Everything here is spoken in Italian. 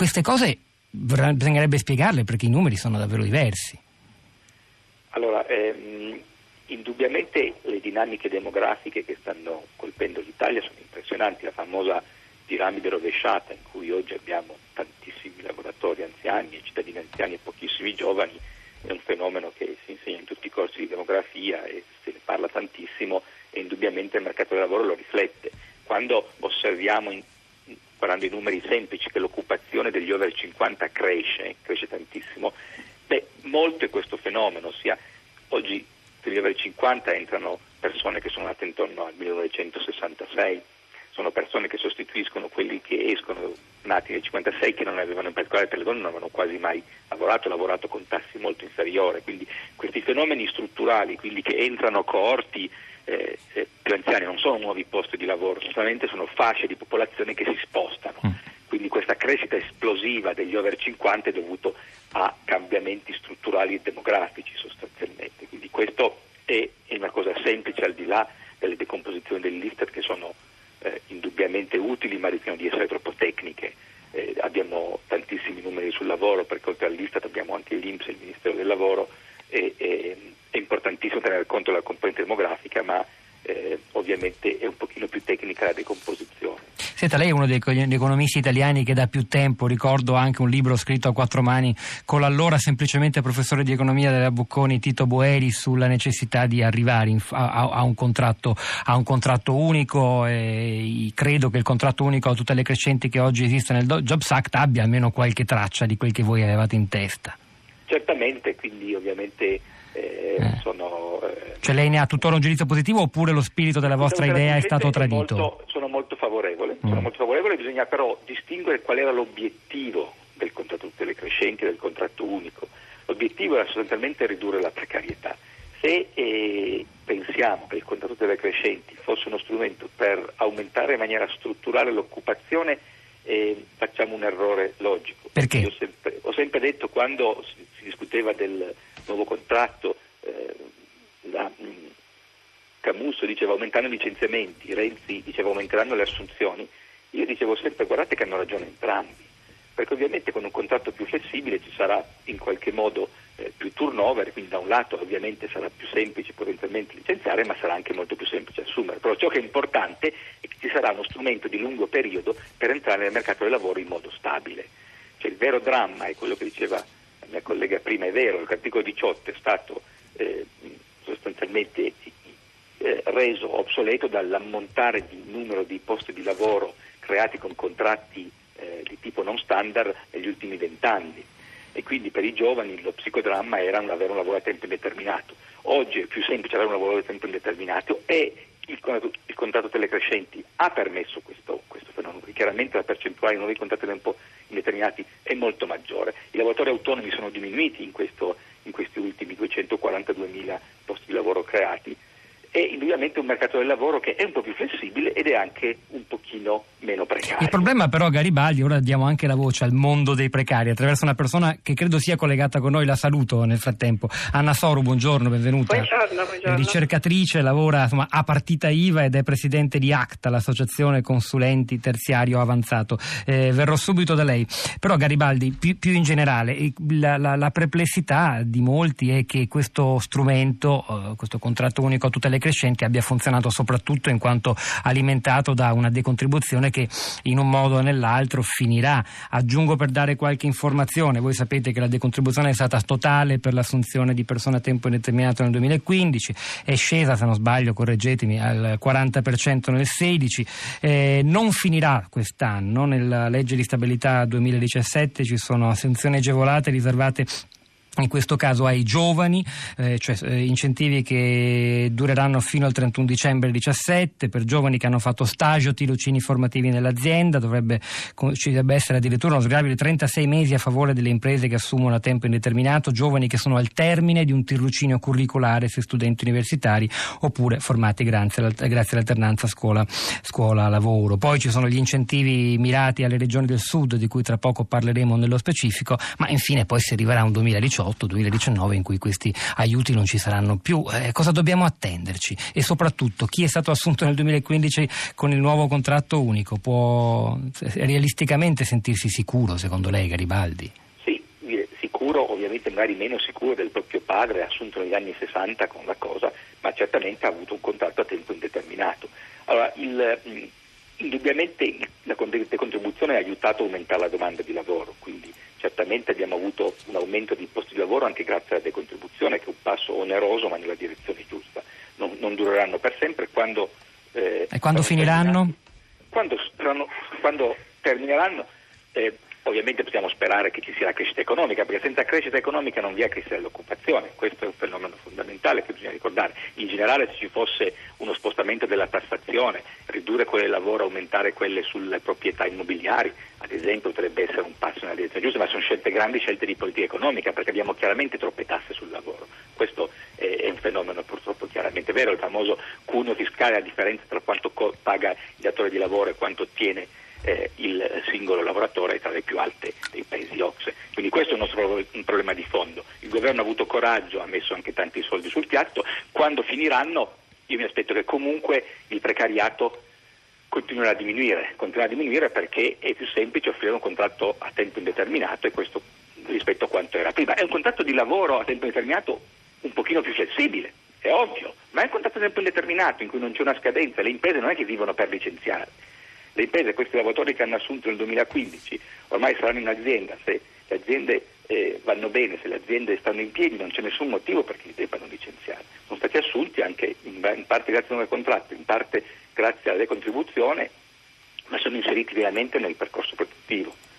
queste cose bisognerebbe spiegarle, perché i numeri sono davvero diversi. Allora, indubbiamente le dinamiche demografiche che stanno colpendo l'Italia sono impressionanti. La famosa piramide rovesciata, in cui oggi abbiamo tantissimi lavoratori anziani e cittadini anziani e pochissimi giovani, è un fenomeno che si insegna in tutti i corsi di demografia e se ne parla tantissimo, e indubbiamente il mercato del lavoro lo riflette. Quando osserviamo, guardando i numeri semplici, che l'occupazione degli over 50 cresce tantissimo, molto è questo fenomeno, ossia oggi per gli over 50 entrano persone che sono nate intorno al 1966, sono persone che sostituiscono quelli che escono nati nel 56, che non avevano, in particolare per le donne, non avevano quasi mai lavorato con tassi molto inferiori. Quindi questi fenomeni strutturali, quindi che entrano coorti più anziani, non sono nuovi posti di lavoro, solamente sono fasce di popolazione che si spostano. Quindi questa crescita esplosiva degli over 50 è dovuto a cambiamenti strutturali e demografici sostanzialmente. Quindi questo è una cosa semplice, al di là delle decomposizioni dell'Istat, che sono indubbiamente utili, ma rischiano di essere troppo tecniche. Abbiamo tantissimi numeri sul lavoro, perché oltre all'Istat abbiamo anche l'INPS e il Ministero del Lavoro. È importantissimo tenere conto della componente demografica, ma ovviamente è un pochino più tecnica la decomposizione. Senta, lei è uno degli economisti italiani che da più tempo, ricordo anche un libro scritto a quattro mani con l'allora semplicemente professore di economia della Bocconi, Tito Boeri, sulla necessità di arrivare a un contratto unico, e credo che il contratto unico a tutte le crescenti che oggi esistono nel Jobs Act abbia almeno qualche traccia di quel che voi avevate in testa. Certamente, quindi ovviamente Cioè lei ne ha tuttora un giudizio positivo, oppure lo spirito della vostra idea è stato tradito? Sono molto favorevole, bisogna però distinguere qual era l'obiettivo del contratto tutte le crescenti e del contratto unico. L'obiettivo era sostanzialmente ridurre la precarietà. Se pensiamo che il contratto delle crescenti fosse uno strumento per aumentare in maniera strutturale l'occupazione, facciamo un errore logico. Perché? Ho sempre detto, quando si discuteva del nuovo contratto, Camusso diceva aumentano i licenziamenti, Renzi diceva aumenteranno le assunzioni. Io dicevo sempre, guardate che hanno ragione entrambi, perché ovviamente con un contratto più flessibile ci sarà in qualche modo più turnover, quindi da un lato ovviamente sarà più semplice potenzialmente licenziare, ma sarà anche molto più semplice assumere. Però ciò che è importante è che ci sarà uno strumento di lungo periodo per entrare nel mercato del lavoro in modo stabile. Cioè, il vero dramma è quello che diceva la mia collega prima, è vero, l'articolo 18 è stato sostanzialmente reso obsoleto dall'ammontare di numero di posti di lavoro creati con contratti di tipo non standard negli ultimi 20 anni, e quindi per i giovani lo psicodramma era avere un lavoro a tempo indeterminato. Oggi è più semplice avere un lavoro a tempo indeterminato, e il contratto telecrescenti ha permesso questo fenomeno, perché chiaramente la percentuale di nuovi contratti a tempo indeterminati è molto maggiore. I lavoratori autonomi sono diminuiti in questi ultimi 242.000 posti di lavoro creati, e indubbiamente un mercato del lavoro che è un po' più flessibile ed è anche un pochino meno precario. Il problema però, Garibaldi, ora diamo anche la voce al mondo dei precari attraverso una persona che credo sia collegata con noi, la saluto nel frattempo. Anna Soru, buongiorno, benvenuta. Buongiorno. Ricercatrice, lavora a partita IVA ed è presidente di ACTA, l'associazione consulenti terziario avanzato. Verrò subito da lei. Però Garibaldi, più in generale, la perplessità di molti è che questo strumento, questo contratto unico a tutte le crescenti, abbia funzionato soprattutto in quanto alimentato da una decontribuzione che in un modo o nell'altro finirà. Aggiungo per dare qualche informazione: voi sapete che la decontribuzione è stata totale per l'assunzione di persone a tempo indeterminato nel 2015, è scesa, se non sbaglio, correggetemi, al 40% nel 16, non finirà quest'anno. Nella legge di stabilità 2017 ci sono assunzioni agevolate riservate in questo caso ai giovani, incentivi che dureranno fino al 31 dicembre 2017 per giovani che hanno fatto stage o tirocini formativi nell'azienda. Ci dovrebbe essere addirittura uno sgravio di 36 mesi a favore delle imprese che assumono a tempo indeterminato giovani che sono al termine di un tirocinio curricolare se studenti universitari oppure formati grazie all'alternanza scuola-lavoro. Poi ci sono gli incentivi mirati alle regioni del sud, di cui tra poco parleremo nello specifico, ma infine poi si arriverà a un 2018 2018-2019 in cui questi aiuti non ci saranno più. Cosa dobbiamo attenderci? E soprattutto chi è stato assunto nel 2015 con il nuovo contratto unico può realisticamente sentirsi sicuro, secondo lei, Garibaldi? Sì, sicuro, ovviamente magari meno sicuro del proprio padre assunto negli anni 60 con la cosa, ma certamente ha avuto un contratto a tempo indeterminato. Allora, indubbiamente la decontribuzione ha aiutato a aumentare la domanda di lavoro, quindi certamente abbiamo avuto un aumento di posti di lavoro anche grazie alla decontribuzione, che è un passo oneroso ma nella direzione giusta. Non dureranno per sempre. E quando finiranno? Quando termineranno, ovviamente possiamo sperare che ci sia la crescita economica, perché senza crescita economica non vi è crescita dell'occupazione. Questo è un fenomeno fondamentale che bisogna ricordare. In generale, se ci fosse uno spostamento della tassazione, ridurre quelle del lavoro, aumentare quelle sulle proprietà immobiliari, ad esempio, potrebbe essere un passo nella direzione giusta, ma sono grandi scelte di politica economica, perché abbiamo chiaramente troppe tasse sul lavoro. Questo è un fenomeno purtroppo chiaramente vero. Il famoso cuneo fiscale, la differenza tra quanto paga il datore di lavoro e quanto ottiene il singolo lavoratore, è tra le più alte dei paesi OCSE. Quindi questo è un problema di fondo. Il governo ha avuto coraggio, ha messo anche tanti soldi sul piatto. Quando finiranno, io mi aspetto che comunque il precariato continuerà a diminuire perché è più semplice offrire un contratto a tempo indeterminato, e questo rispetto a quanto era prima. È un contratto di lavoro a tempo indeterminato un pochino più flessibile, è ovvio, ma è un contratto a tempo indeterminato in cui non c'è una scadenza. Le imprese non è che vivono per licenziare. Le imprese, questi lavoratori che hanno assunto nel 2015, ormai saranno in azienda. Se le aziende vanno bene, se le aziende stanno in piedi, non c'è nessun motivo perché li debbano licenziare. Sono stati assunti anche in parte grazie a nuovi contratti, in parte grazie alla decontribuzione, ma sono inseriti veramente nel percorso produttivo.